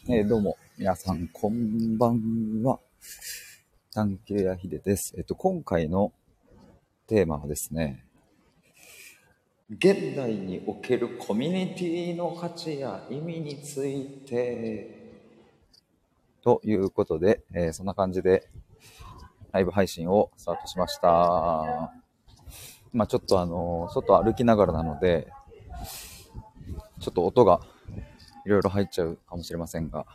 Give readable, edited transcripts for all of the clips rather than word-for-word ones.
どうも、皆さん、こんばんは。探偵やひでです。今回のテーマはですね、現代におけるコミュニティの価値や意味について、ということで、そんな感じでライブ配信をスタートしました。ちょっと外歩きながらなので、ちょっと音がいろいろ入っちゃうかもしれませんが、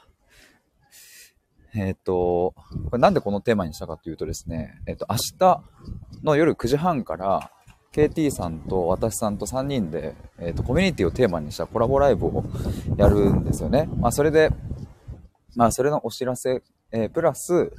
これなんでこのテーマにしたかというとですね、明日の夜9時半から KT さんと私さんと3人で、コミュニティをテーマにしたコラボライブをやるんですよね。それで、それのお知らせ、プラス、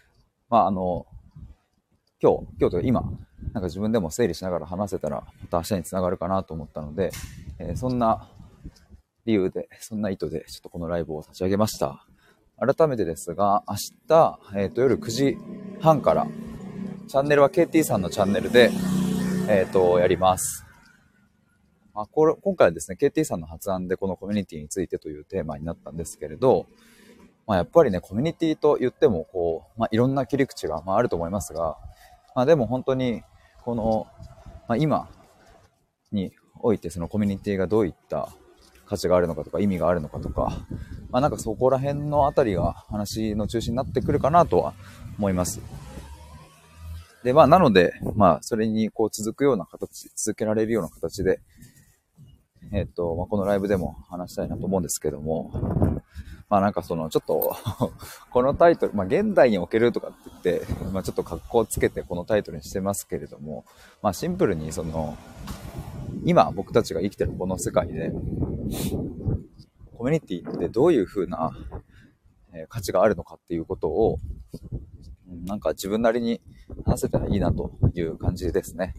今日というか今、なんか自分でも整理しながら話せたら、また明日につながるかなと思ったので、そんな理由で、そんな意図で、ちょっとこのライブを立ち上げました。改めてですが、明日、夜9時半から、チャンネルは KT さんのチャンネルで、やります。今回はですね、KT さんの発案でこのコミュニティについてというテーマになったんですけれど、やっぱりね、コミュニティと言っても、いろんな切り口が、あると思いますが、でも本当に、この、今においてそのコミュニティがどういった価値があるのかとか意味があるのかとか、なんかそこら辺のあたりが話の中心になってくるかなとは思います。で、なので、それに続くような形、続けられるような形で、このライブでも話したいなと思うんですけども、なんかちょっとこのタイトル、現代におけるとかって言って、ちょっと格好つけてこのタイトルにしてますけれども、シンプルに今僕たちが生きてるこの世界で、コミュニティってどういう風な価値があるのかっていうことを、なんか自分なりに話せたらいいなという感じですね。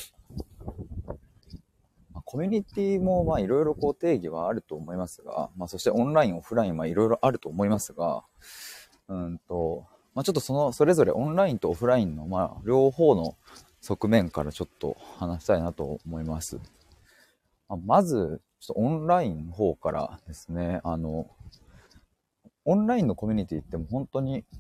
コミュニティもいろいろ定義はあると思いますが、そしてオンライン、オフラインはいろいろあると思いますが、ちょっとそれぞれオンラインとオフラインの両方の側面からちょっと話したいなと思います。まず、ちょっとオンラインの方からですね、オンラインのコミュニティってもう本当に、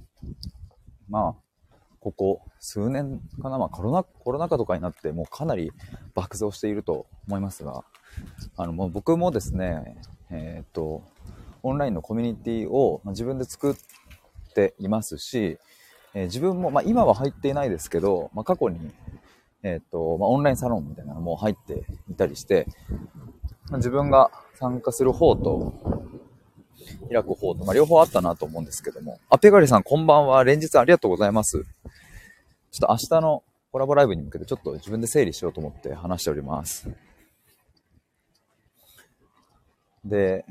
ここ数年かな、コロナ禍とかになってもうかなり爆増していると思いますが、もう僕もですね、オンラインのコミュニティを自分で作っていますし、自分も、今は入っていないですけど、過去に、オンラインサロンみたいなのも入っていたりして、自分が参加する方と開く方と、両方あったなと思うんですけども。ペガリさんこんばんは。連日ありがとうございます。ちょっと明日のコラボライブに向けてちょっと自分で整理しようと思って話しております。で、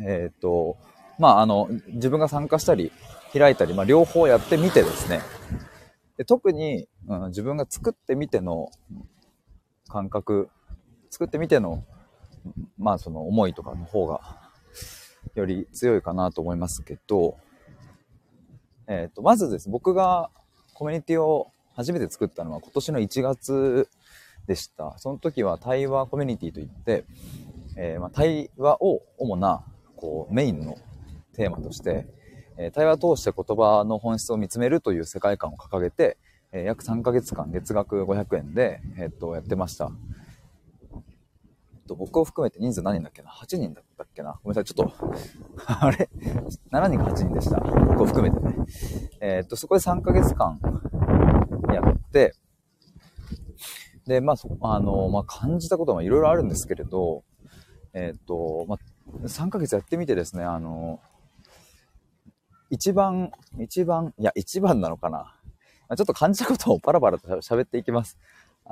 自分が参加したり開いたり、両方やってみてですね。で特に、自分が作ってみての感覚、作ってみての、その思いとかの方がより強いかなと思いますけど、まずです。僕がコミュニティを初めて作ったのは今年の1月でした。その時は対話コミュニティといって、対話を主なメインのテーマとして、対話を通して言葉の本質を見つめるという世界観を掲げて、約3ヶ月間月額500円で、やってました。僕を含めて人数何人だっけな ?8 人だったっけな、ごめんなさい、ちょっとあれ ?7 人か8人でした。僕を含めてね。そこで3ヶ月間やって、で、感じたこともいろいろあるんですけれど、3ヶ月やってみてですね、一番なのかな。ちょっと感じたことをパラパラと喋っていきます。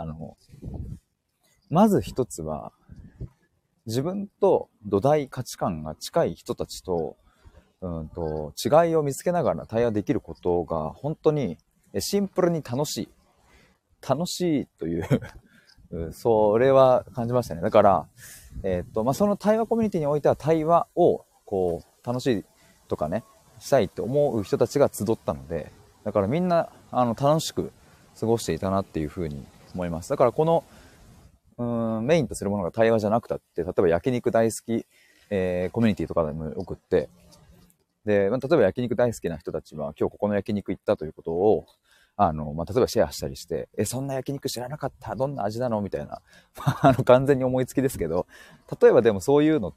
まず一つは、自分と土台価値観が近い人たちと、違いを見つけながら対話できることが本当にシンプルに楽しい。楽しいというそれは感じましたね。だから、その対話コミュニティにおいては対話を楽しいとかね、したいって思う人たちが集ったので、だからみんな楽しく過ごしていたなっていうふうに思います。だからこのメインとするものが対話じゃなくたって、例えば焼肉大好き、コミュニティとかでもよくって、 で、例えば焼肉大好きな人たちは今日ここの焼肉行ったということを、例えばシェアしたりして、そんな焼肉知らなかった、どんな味なのみたいな、完全に思いつきですけど、例えばでもそういうのって、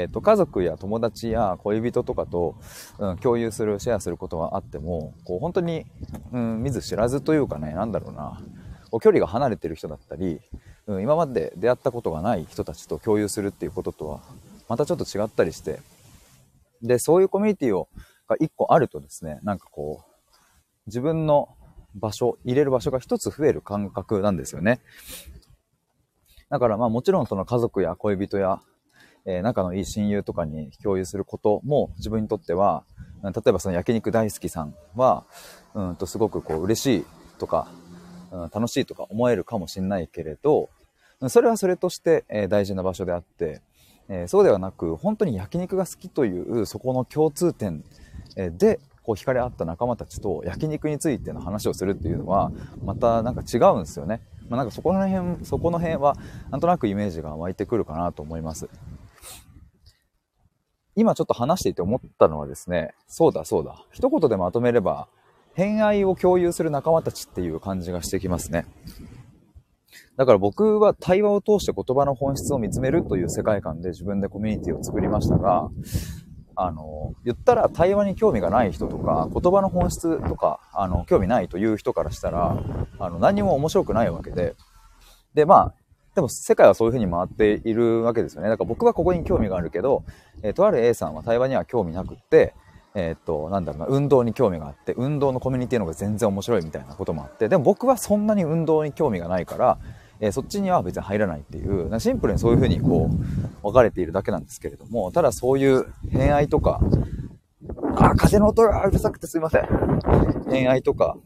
家族や友達や恋人とかと、共有する、シェアすることはあっても、こう本当に、見ず知らずというかね、なんだろうな、距離が離れてる人だったり、今まで出会ったことがない人たちと共有するっていうこととは、またちょっと違ったりして、で、そういうコミュニティが一個あるとですね、なんかこう、自分の場所、入れる場所が一つ増える感覚なんですよね。だからもちろんその家族や恋人や、仲のいい親友とかに共有することも自分にとっては、例えばその焼肉大好きさんは、すごくこう嬉しいとか、楽しいとか思えるかもしれないけれど、それはそれとして、大事な場所であって、そうではなく、本当に焼肉が好きというそこの共通点、でこう惹かれ合った仲間たちと焼肉についての話をするっていうのはまたなんか違うんですよね。なんかそこの辺はなんとなくイメージが湧いてくるかなと思います。今ちょっと話していて思ったのはですね、そうだ一言でまとめれば偏愛を共有する仲間たちっていう感じがしてきますね。だから僕は対話を通して言葉の本質を見つめるという世界観で自分でコミュニティを作りましたが、言ったら対話に興味がない人とか、言葉の本質とか、興味ないという人からしたら、何も面白くないわけで、で、でも世界はそういう風に回っているわけですよね。だから僕はここに興味があるけど、とある A さんは対話には興味なくって、なんだろうな、運動に興味があって、運動のコミュニティの方が全然面白いみたいなこともあって、でも僕はそんなに運動に興味がないから、そっちには別に入らないっていう、シンプルにそういう風にこう、分かれているだけなんですけれども、ただそういう偏愛とか、風の音がうるさくてすいません。偏愛とか、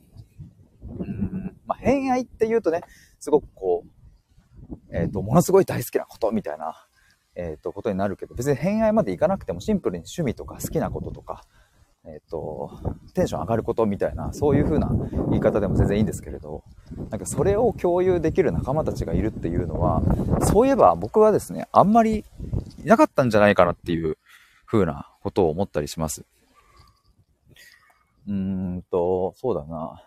偏愛って言うとね、すごくこう、ものすごい大好きなことみたいな、ことになるけど、別に偏愛までいかなくてもシンプルに趣味とか好きなこととか、テンション上がることみたいな、そういう風な言い方でも全然いいんですけれど、なんかそれを共有できる仲間たちがいるっていうのは、そういえば僕はですね、あんまりいなかったんじゃないかなっていう風なことを思ったりします。そうだな。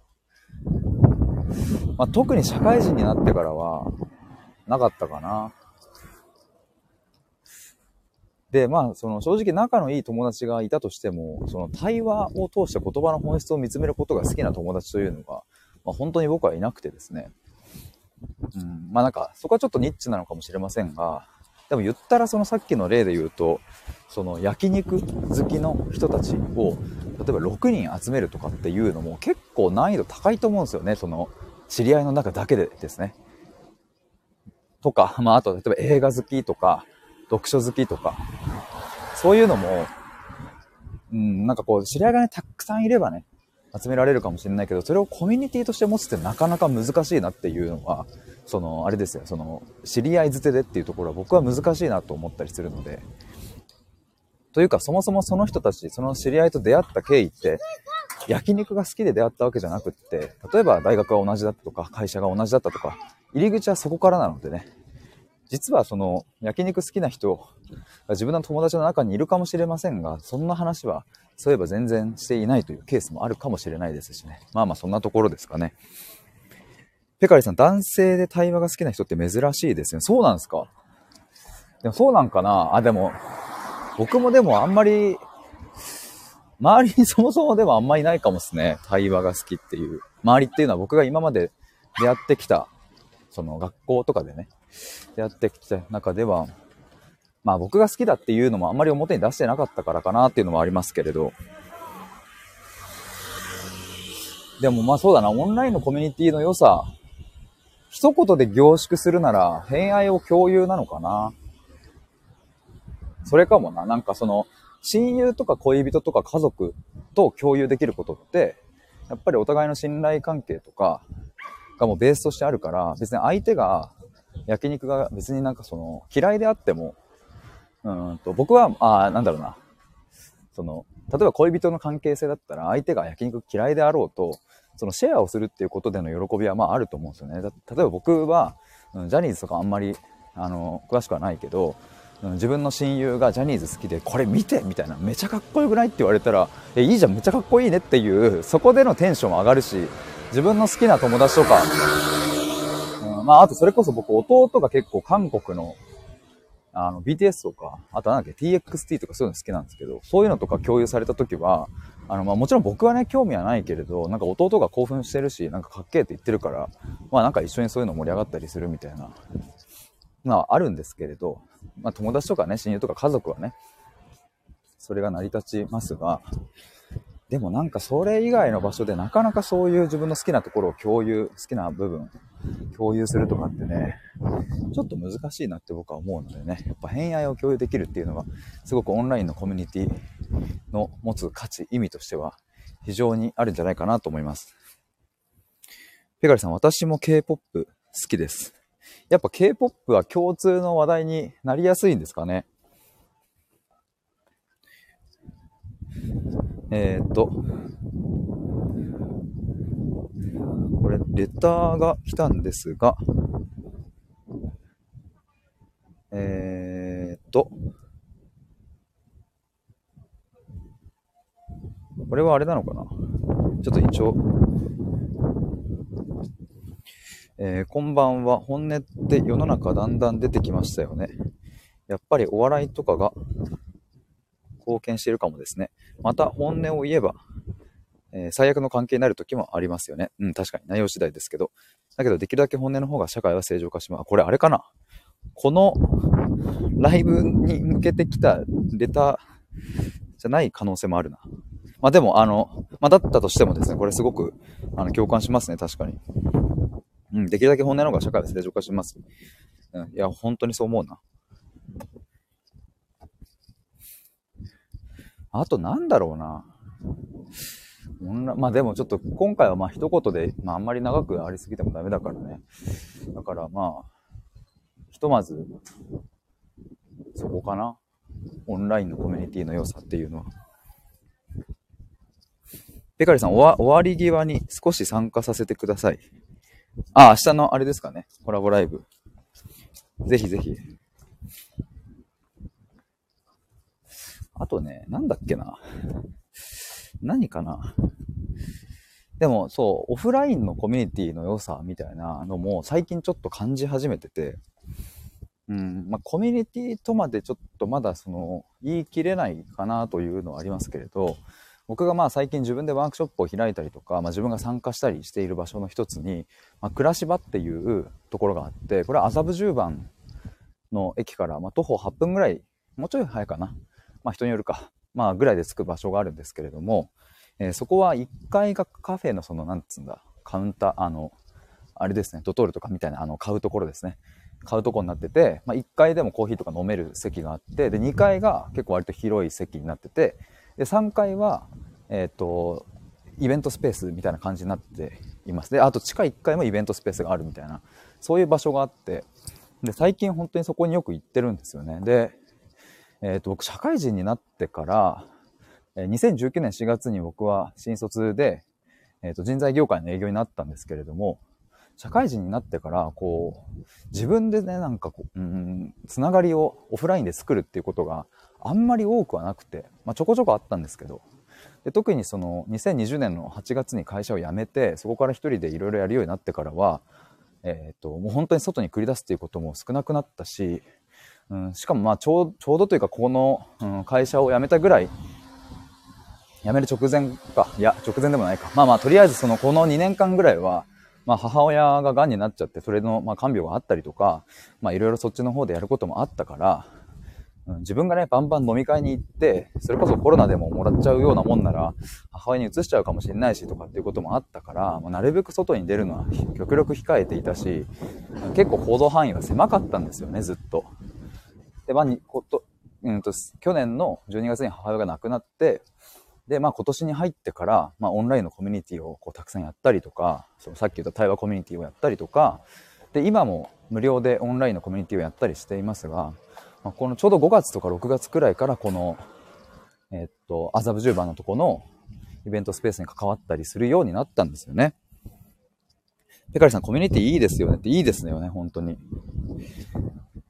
特に社会人になってからは、なかったかな。で、その正直仲のいい友達がいたとしても、その対話を通して言葉の本質を見つめることが好きな友達というのが、本当に僕はいなくてですね。なんか、そこはちょっとニッチなのかもしれませんが、でも言ったらそのさっきの例で言うと、その焼肉好きの人たちを、例えば6人集めるとかっていうのも結構難易度高いと思うんですよね。その、知り合いの中だけでですね。とか、あと例えば映画好きとか、読書好きとか、そういうのも、なんかこう、知り合いがね、たくさんいればね、集められるかもしれないけど、それをコミュニティとして持つってなかなか難しいなっていうのは、その、あれですよ、その、知り合い捨てでっていうところは僕は難しいなと思ったりするので、というか、そもそもその人たち、その知り合いと出会った経緯って、焼肉が好きで出会ったわけじゃなくって、例えば大学が同じだったとか、会社が同じだったとか、入り口はそこからなのでね、実はその焼肉好きな人が自分の友達の中にいるかもしれませんが、そんな話はそういえば全然していないというケースもあるかもしれないですしね。そんなところですかね。ペカリさん、男性で対話が好きな人って珍しいですね。そうなんですか？でもそうなんかな。でも僕もでもあんまり周りにそもそもでもあんまりないかもですね。対話が好きっていう周りっていうのは、僕が今まで出会ってきたその学校とかでね、やってきた中では、僕が好きだっていうのもあんまり表に出してなかったからかなっていうのもありますけれど、でもそうだな、オンラインのコミュニティの良さ、一言で凝縮するなら偏愛を共有なのかな。それかもな。なんかその親友とか恋人とか家族と共有できることって、やっぱりお互いの信頼関係とかがもうベースとしてあるから、別に相手が焼肉が別になんかその嫌いであっても、僕はなんだろうな、その例えば恋人の関係性だったら相手が焼肉嫌いであろうと、そのシェアをするっていうことでの喜びはあると思うんですよね。例えば僕はジャニーズとかあんまり詳しくはないけど、 自分の親友がジャニーズ好きでこれ見てみたいな、めちゃかっこよくないって言われたら、いいじゃん、めちゃかっこいいねっていう、そこでのテンションも上がるし、自分の好きな友達とか、あとそれこそ僕弟が結構韓国のBTS とか、あとなんだっけ TXT とかそういうの好きなんですけど、そういうのとか共有された時は、もちろん僕はね興味はないけれど、なんか弟が興奮してるし、なんかかっけーって言ってるから、なんか一緒にそういうの盛り上がったりするみたいなあるんですけれど、友達とかね親友とか家族はねそれが成り立ちますが、でもなんかそれ以外の場所でなかなかそういう自分の好きなところを好きな部分共有するとかってね、ちょっと難しいなって僕は思うのでね、やっぱ偏愛を共有できるっていうのがすごくオンラインのコミュニティの持つ価値、意味としては非常にあるんじゃないかなと思います。ペガリさん、私も K-POP 好きです。やっぱ K-POP は共通の話題になりやすいんですかね。これレターが来たんですが、これはあれなのかな、ちょっと一応、こんばんは。本音って世の中だんだん出てきましたよね。やっぱりお笑いとかが貢献しているかもですね。また本音を言えば、最悪の関係になる時もありますよね。確かに内容次第ですけど。だけどできるだけ本音の方が社会は正常化します。これあれかな、このライブに向けてきたレターじゃない可能性もあるな。でもだったとしてもですね、これすごく共感しますね。確かに。できるだけ本音の方が社会は正常化します。いや本当にそう思うな。あとなんだろうな。でもちょっと今回は一言で、あんまり長くありすぎてもダメだからね。だからひとまずそこかな。オンラインのコミュニティの良さっていうのは。ペカリさん、終わり際に少し参加させてください。明日のあれですかね。コラボライブ。ぜひぜひ。あとね、なんだっけな。何かな。でもそう、オフラインのコミュニティの良さみたいなのも最近ちょっと感じ始めてて、コミュニティとまでちょっとまだ言い切れないかなというのはありますけれど、僕が最近自分でワークショップを開いたりとか、自分が参加したりしている場所の一つに、暮らし場っていうところがあって、これは麻布十番の駅から、徒歩8分ぐらい、もうちょい早いかな。人によるか。ぐらいで着く場所があるんですけれども、そこは1階がカフェのなんつうんだ、カウンター、あれですね、ドトールとかみたいな買うところですね。買うところになってて、1階でもコーヒーとか飲める席があって、で、2階が結構割と広い席になってて、で、3階は、イベントスペースみたいな感じになっています。で、あと地下1階もイベントスペースがあるみたいな、そういう場所があって、で、最近本当にそこによく行ってるんですよね。で、僕社会人になってから、2019年4月に僕は新卒で、人材業界の営業になったんですけれども、社会人になってから自分でね、なんかつながりをオフラインで作るっていうことがあんまり多くはなくて、ちょこちょこあったんですけど、で特に2020年の8月に会社を辞めて、そこから一人でいろいろやるようになってからは、もう本当に外に繰り出すっていうことも少なくなったし、しかもちょうどというかこの、会社を辞めたぐらい、辞める直前か、いや直前でもないか、とりあえずこの2年間ぐらいは、母親が癌になっちゃって、それの看病があったりとか、いろいろそっちの方でやることもあったから、自分がねバンバン飲み会に行って、それこそコロナでももらっちゃうようなもんなら母親に移しちゃうかもしれないしとかっていうこともあったから、なるべく外に出るのは極力控えていたし、結構行動範囲は狭かったんですよね、ずっと。で、去年の12月に母親が亡くなって、で、今年に入ってから、オンラインのコミュニティをたくさんやったりとか、さっき言った対話コミュニティをやったりとか、で、今も無料でオンラインのコミュニティをやったりしていますが、このちょうど5月とか6月くらいからこの、麻布十番のとこのイベントスペースに関わったりするようになったんですよね。ペカリさん、コミュニティいいですよねって、いいですよね、本当に。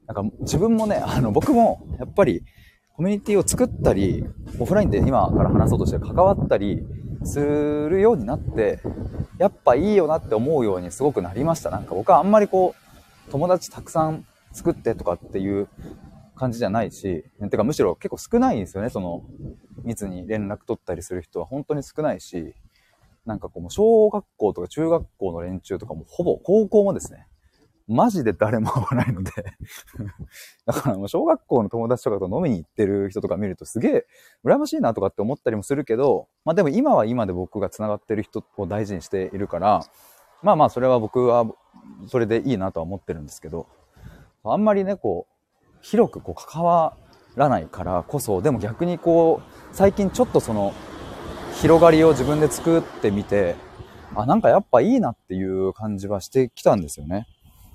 なんか自分もね、僕もやっぱりコミュニティを作ったり、オフラインで今から話そうとして関わったりするようになって、やっぱいいよなって思うようにすごくなりました。なんか僕はあんまりこう、友達たくさん作ってとかっていう感じじゃないし、てかむしろ結構少ないんですよね。その、密に連絡取ったりする人は本当に少ないし、なんかこう、もう小学校とか中学校の連中とかもほぼ、高校もですね、マジで誰も会わないのでだからもう小学校の友達とかと飲みに行ってる人とか見るとすげえ羨ましいなとかって思ったりもするけど、まあでも今は今で僕が繋がってる人を大事にしているから、まあまあそれは僕はそれでいいなとは思ってるんですけど、あんまりね、こう、広くこう関わらないからこそ、でも逆にこう、最近ちょっとその、広がりを自分で作ってみて、あ、なんかやっぱいいなっていう感じはしてきたんですよね。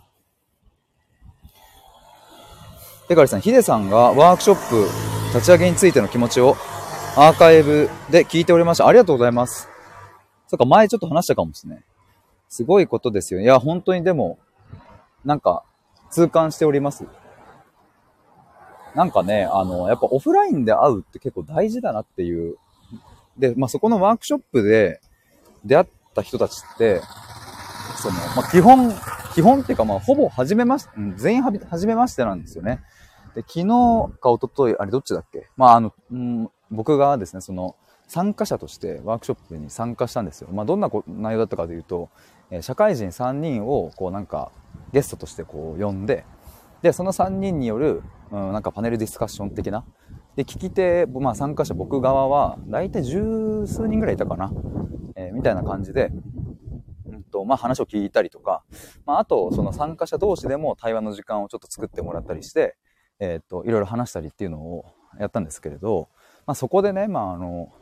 ペカリさん、ヒデさんがワークショップ立ち上げについての気持ちをアーカイブで聞いておりました。ありがとうございます。そっか、前ちょっと話したかもですね。すごいことですよ。いや、本当にでも、なんか、痛感しております。なんかね、やっぱオフラインで会うって結構大事だなっていう。で、まあ、そこのワークショップで出会った人たちって、その、まあ、基本っていうか、まあ、ほぼ全員初めましてなんですよね。で、昨日か一昨日あれどっちだっけ、まあ、僕がですね、その、参加者としてワークショップに参加したんですよ。まあ、どんな内容だったかというと、社会人3人を、こうなんか、ゲストとしてこう呼んで、で、その3人による、なんかパネルディスカッション的な。で、聞き手、まあ参加者僕側は、だいたい十数人ぐらいいたかな。みたいな感じで、まあ話を聞いたりとか、まああと、その参加者同士でも対話の時間をちょっと作ってもらったりして、いろいろ話したりっていうのをやったんですけれど、まあそこでね、まあ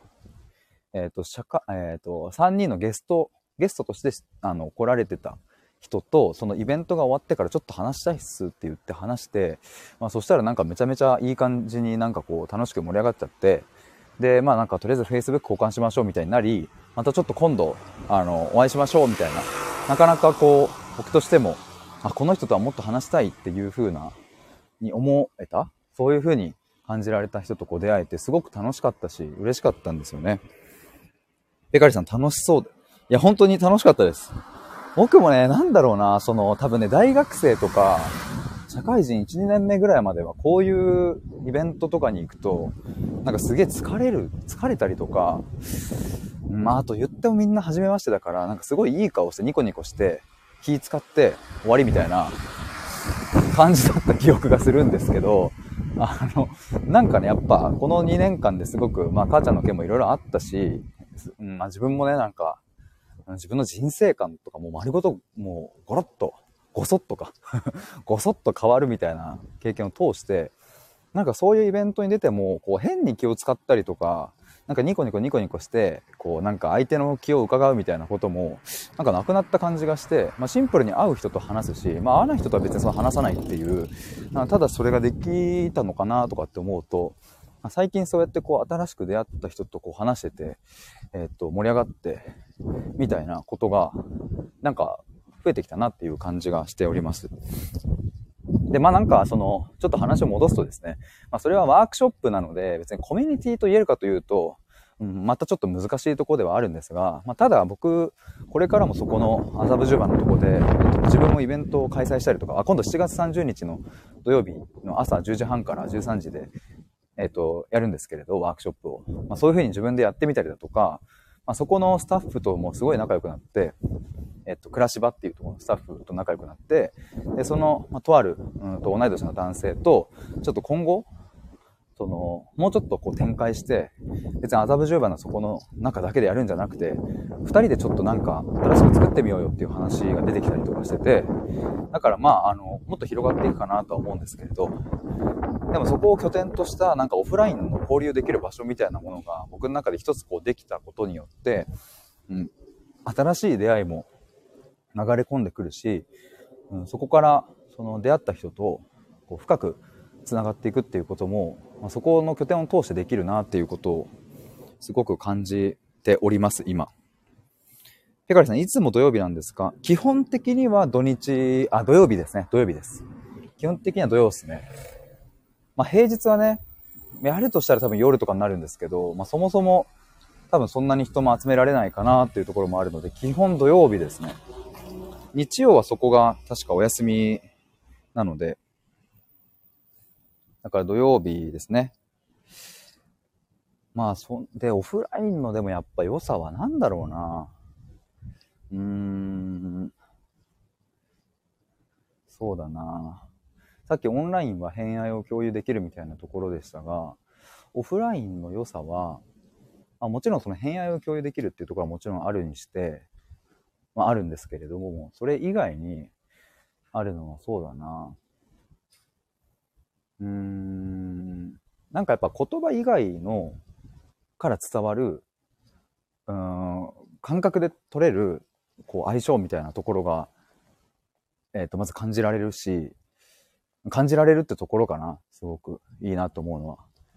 3人のゲストとして、来られてた人と、そのイベントが終わってからちょっと話したいっすって言って話して、まあそしたらなんかめちゃめちゃいい感じになんかこう楽しく盛り上がっちゃって、で、まあなんかとりあえず Facebook 交換しましょうみたいになり、またちょっと今度、お会いしましょうみたいな、なかなかこう、僕としても、あ、この人とはもっと話したいっていう風な、に思えた、そういう風に感じられた人とこう出会えて、すごく楽しかったし、嬉しかったんですよね。ペカリさん楽しそうで。いや、本当に楽しかったです。僕もね、なんだろうな、その、多分ね、大学生とか、社会人1、2年目ぐらいまでは、こういうイベントとかに行くと、なんかすげえ疲れたりとか、まあ、あと言ってもみんな初めましてだから、なんかすごいいい顔してニコニコして、気使って終わりみたいな感じだった記憶がするんですけど、なんかね、やっぱ、この2年間ですごく、まあ、母ちゃんの件もいろいろあったし、まあ、自分もね、なんか、自分の人生観とかも丸ごと、もう、ごそっとかごそっと変わるみたいな経験を通して、なんかそういうイベントに出ても、こう変に気を使ったりとか、なんかニコニコして、こうなんか相手の気を伺うみたいなことも、なんかなくなった感じがして、まあシンプルに会う人と話すし、まあ会わない人とは別にその話さないっていう、ただそれができたのかなとかって思うと、最近そうやってこう新しく出会った人とこう話してて、盛り上がって、みたいなことが、なんか増えてきたなっていう感じがしております。で、まあなんかその、ちょっと話を戻すとですね、まあそれはワークショップなので、別にコミュニティと言えるかというと、またちょっと難しいところではあるんですが、まあ、ただ僕、これからもそこの麻布十番のところで、自分もイベントを開催したりとか、今度7月30日の土曜日の朝10時半から13時で、やるんですけれど、ワークショップを。まあ、そういう風に自分でやってみたりだとか、まあ、そこのスタッフともすごい仲良くなって、暮らし場っていうところのスタッフと仲良くなって、で、その、まあ、とある、同い年の男性と、ちょっと今後、その、もうちょっとこう展開して、別に麻布十番のそこの中だけでやるんじゃなくて、二人でちょっとなんか新しく作ってみようよっていう話が出てきたりとかしてて、だからまあ、もっと広がっていくかなとは思うんですけれど、でもそこを拠点としたなんかオフラインの交流できる場所みたいなものが僕の中で一つこうできたことによって、新しい出会いも流れ込んでくるし、そこからその出会った人とこう深くつながっていくっていうことも、そこの拠点を通してできるなっていうことをすごく感じております今。ペカリさん、いつも土曜日なんですか？基本的には土曜日ですね。土曜日です。 基本的には土曜ですね。まあ平日はね、やるとしたら多分夜とかになるんですけど、まあそもそも多分そんなに人も集められないかなっていうところもあるので、基本土曜日ですね。日曜はそこが確かお休みなので、だから土曜日ですね。まあで、オフラインのでもやっぱ良さは何だろうな。そうだな。さっきオンラインは偏愛を共有できるみたいなところでしたが、オフラインの良さは、もちろんその偏愛を共有できるっていうところはもちろんあるにして、まああるんですけれども、それ以外にあるのはそうだな。なんかやっぱ言葉以外のから伝わる、感覚で取れる、こう相性みたいなところが、まず感じられるし、感じられるってところかな。すごくいいなと思うのは。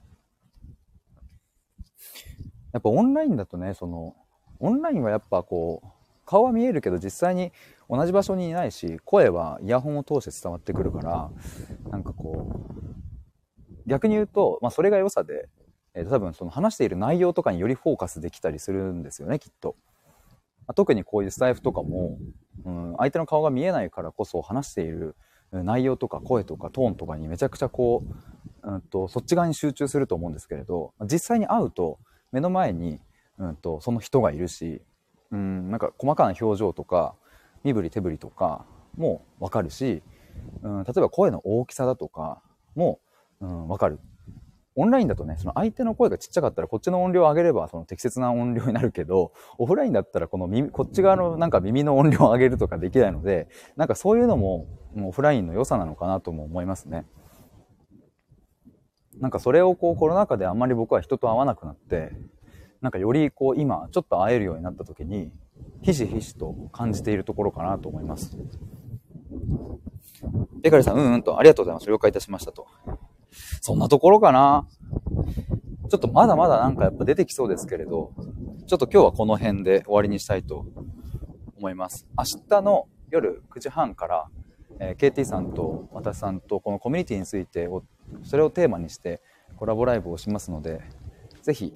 やっぱオンラインだとね、オンラインはやっぱこう、顔は見えるけど実際に同じ場所にいないし、声はイヤホンを通して伝わってくるから、なんかこう、逆に言うと、まあそれが良さで、多分その話している内容とかによりフォーカスできたりするんですよね、きっと。特にこういうスタイフとかも、相手の顔が見えないからこそ話している内容とか声とかトーンとかにめちゃくちゃこう、そっち側に集中すると思うんですけれど、実際に会うと目の前に、その人がいるし、なんか細かな表情とか身振り手振りとかもわかるし、例えば声の大きさだとかも、わかる。オンラインだとね、その相手の声がちっちゃかったらこっちの音量を上げればその適切な音量になるけど、オフラインだったらこのこっち側のなんか耳の音量を上げるとかできないので、なんかそういうのもオフラインの良さなのかなとも思いますね。なんかそれをこうコロナ禍であんまり僕は人と会わなくなって、なんかよりこう今ちょっと会えるようになった時に、ひしひしと感じているところかなと思います。ベカリさん、ありがとうございます。了解いたしましたと。そんなところかな。ちょっとまだまだなんかやっぱ出てきそうですけれど、ちょっと今日はこの辺で終わりにしたいと思います。明日の夜9時半から、KT さんと私さんとこのコミュニティについてそれをテーマにしてコラボライブをしますので、ぜひ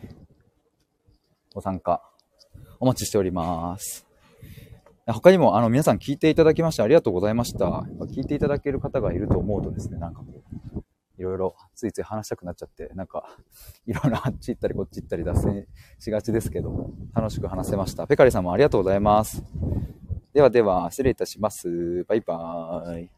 ご参加お待ちしております。他にも皆さん聞いていただきましてありがとうございました。聞いていただける方がいると思うとですね、なんかこういろいろついつい話したくなっちゃって、なんかいろいろあっち行ったりこっち行ったり脱線しがちですけども、楽しく話せました。ペカリさんもありがとうございます。ではでは失礼いたします。バイバーイ。